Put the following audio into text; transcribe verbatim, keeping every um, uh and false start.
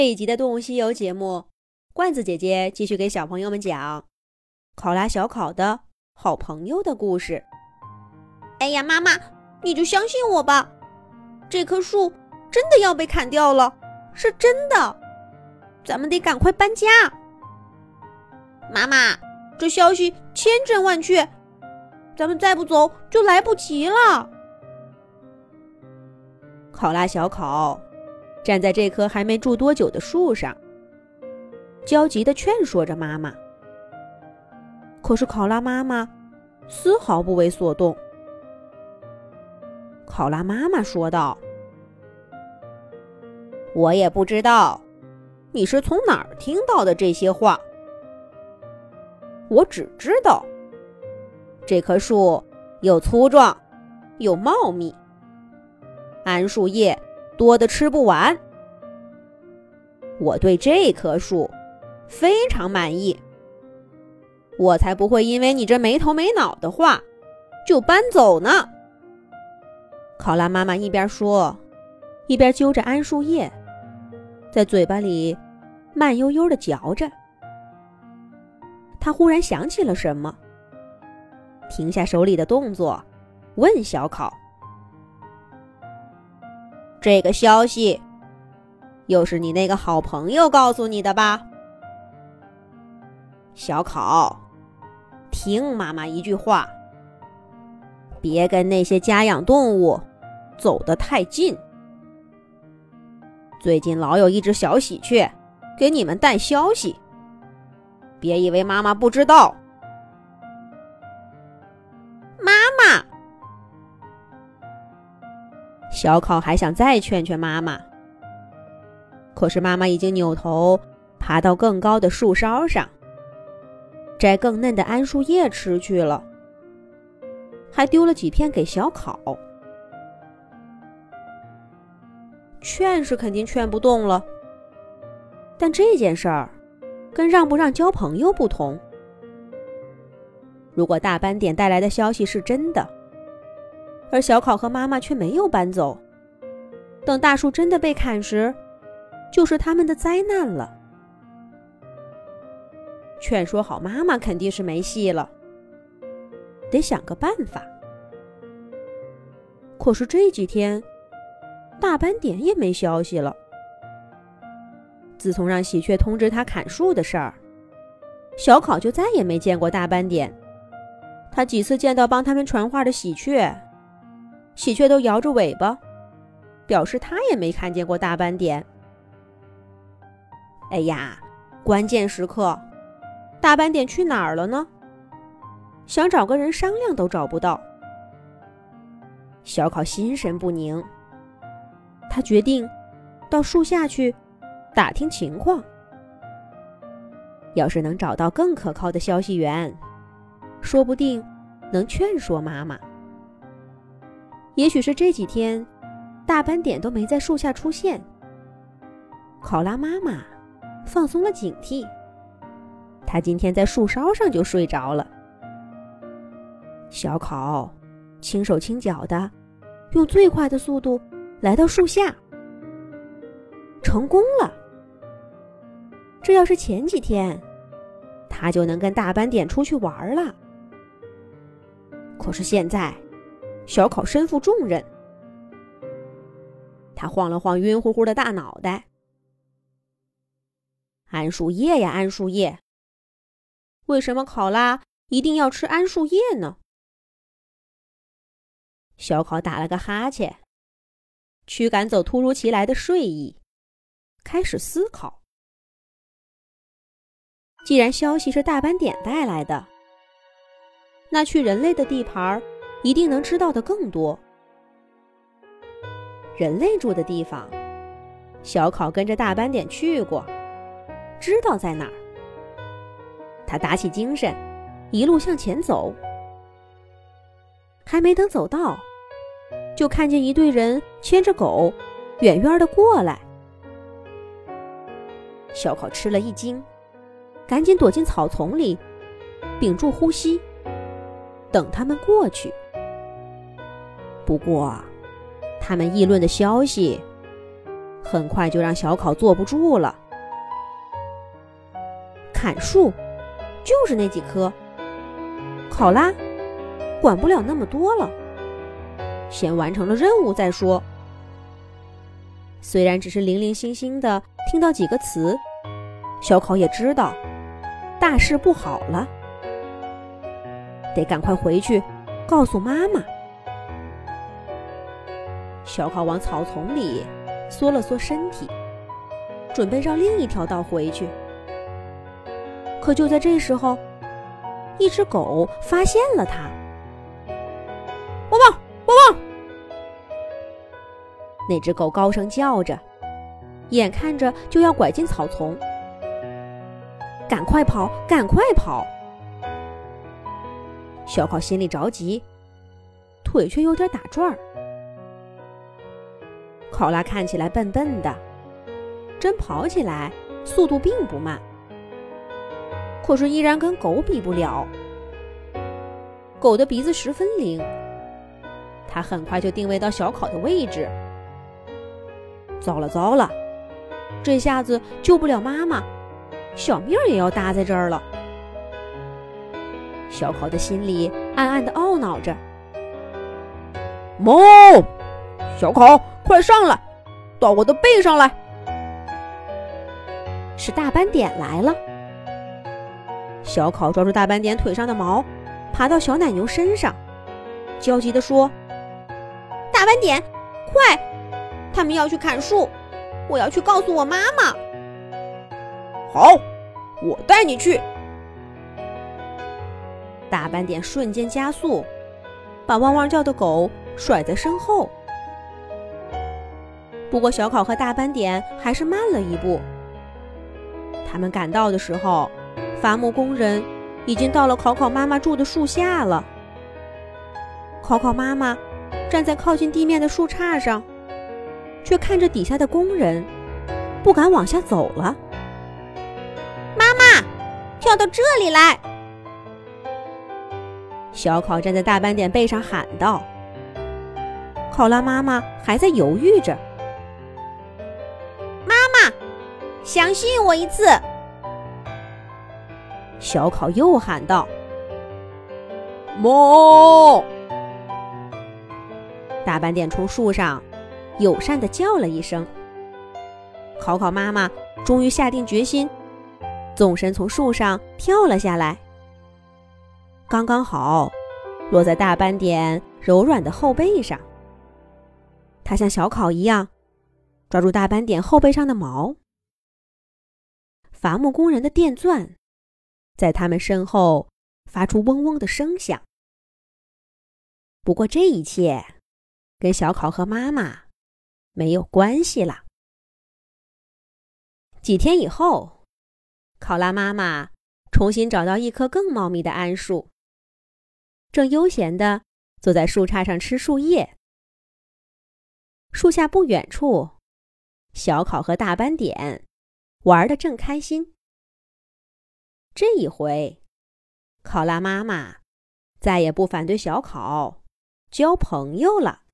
这一集的《动物西游》节目，罐子姐姐继续给小朋友们讲考拉小考的好朋友的故事。 哎呀，妈妈，你就相信我吧，这棵树真的要被砍掉了，是真的，咱们得赶快搬家。妈妈，这消息千真万确，咱们再不走就来不及了。 考拉小考站在这棵还没住多久的树上，焦急地劝说着妈妈。可是考拉妈妈丝毫不为所动。考拉妈妈说道：我也不知道你是从哪儿听到的这些话，我只知道这棵树又粗壮又茂密，桉树叶多得吃不完。我对这棵树非常满意，我才不会因为你这没头没脑的话就搬走呢。考拉妈妈一边说，一边揪着桉树叶，在嘴巴里慢悠悠地嚼着。她忽然想起了什么，停下手里的动作，问小考：这个消息又是你那个好朋友告诉你的吧？小考，听妈妈一句话，别跟那些家养动物走得太近。最近老有一只小喜鹊给你们带消息，别以为妈妈不知道。 妈妈， 小考还想再劝劝妈妈，可是妈妈已经扭头爬到更高的树梢上，摘更嫩的桉树叶吃去了，还丢了几片给小考。劝是肯定劝不动了，但这件事儿跟让不让交朋友不同。如果大斑点带来的消息是真的，而小考和妈妈却没有搬走，等大树真的被砍时，就是他们的灾难了。劝说好妈妈肯定是没戏了，得想个办法。可是这几天大斑点也没消息了。自从让喜鹊通知他砍树的事儿，小考就再也没见过大斑点。他几次见到帮他们传话的喜鹊，喜鹊都摇着尾巴，表示他也没看见过大斑点。哎呀，关键时刻，大斑点去哪儿了呢？想找个人商量都找不到。小考心神不宁，他决定到树下去打听情况。要是能找到更可靠的消息源，说不定能劝说妈妈。也许是这几天大斑点都没在树下出现，考拉妈妈放松了警惕，她今天在树梢上就睡着了。小考轻手轻脚的用最快的速度来到树下，成功了。这要是前几天，他就能跟大斑点出去玩了。可是现在小考身负重任，他晃了晃晕乎乎的大脑袋。桉树叶呀桉树叶，为什么考拉一定要吃桉树叶呢？小考打了个哈欠，驱赶走突如其来的睡意，开始思考。既然消息是大斑点带来的，那去人类的地盘一定能知道的更多。人类住的地方，小考跟着大斑点去过，知道在哪儿。他打起精神，一路向前走。还没等走到，就看见一队人牵着狗远远地过来。小考吃了一惊，赶紧躲进草丛里，屏住呼吸，等他们过去。不过他们议论的消息很快就让小考坐不住了。砍树就是那几棵，考拉管不了那么多了，先完成了任务再说。虽然只是零零星星的听到几个词，小考也知道大事不好了，得赶快回去告诉妈妈。小考往草丛里缩了缩身体，准备绕另一条道回去。可就在这时候，一只狗发现了它。汪汪汪汪！那只狗高声叫着，眼看着就要拐进草丛。赶快跑，赶快跑！小考心里着急，腿却有点打转儿。考拉看起来笨笨的，真跑起来速度并不慢，可是依然跟狗比不了。狗的鼻子十分灵，它很快就定位到小考的位置。糟了糟了，这下子救不了妈妈，小命也要搭在这儿了。小考的心里暗暗地懊恼着。 哞！小考，快上来，到我的背上来！ 是大斑点来了。小考抓住大斑点腿上的毛，爬到小奶牛身上，焦急地说： 大斑点，快！他们要去砍树，我要去告诉我妈妈。好，我带你去。 大斑点瞬间加速，把汪汪叫的狗甩在身后。不过小考和大斑点还是慢了一步。他们赶到的时候，伐木工人已经到了考考妈妈住的树下了。考考妈妈站在靠近地面的树杈上，却看着底下的工人，不敢往下走了。 妈妈，跳到这里来！ 小考站在大斑点背上喊道。考拉妈妈还在犹豫着。 妈妈，相信我一次！ 小考又喊道。 哞！ 大斑点从树上友善地叫了一声。考考妈妈终于下定决心，纵身从树上跳了下来，刚刚好落在大斑点柔软的后背上。他像小考一样抓住大斑点后背上的毛。伐木工人的电钻在他们身后发出嗡嗡的声响。不过这一切跟小考和妈妈没有关系了。几天以后，考拉妈妈重新找到一棵更茂密的桉树，正悠闲地坐在树杈上吃树叶。树下不远处，小考和大斑点玩得正开心。这一回，考拉妈妈再也不反对小考交朋友了。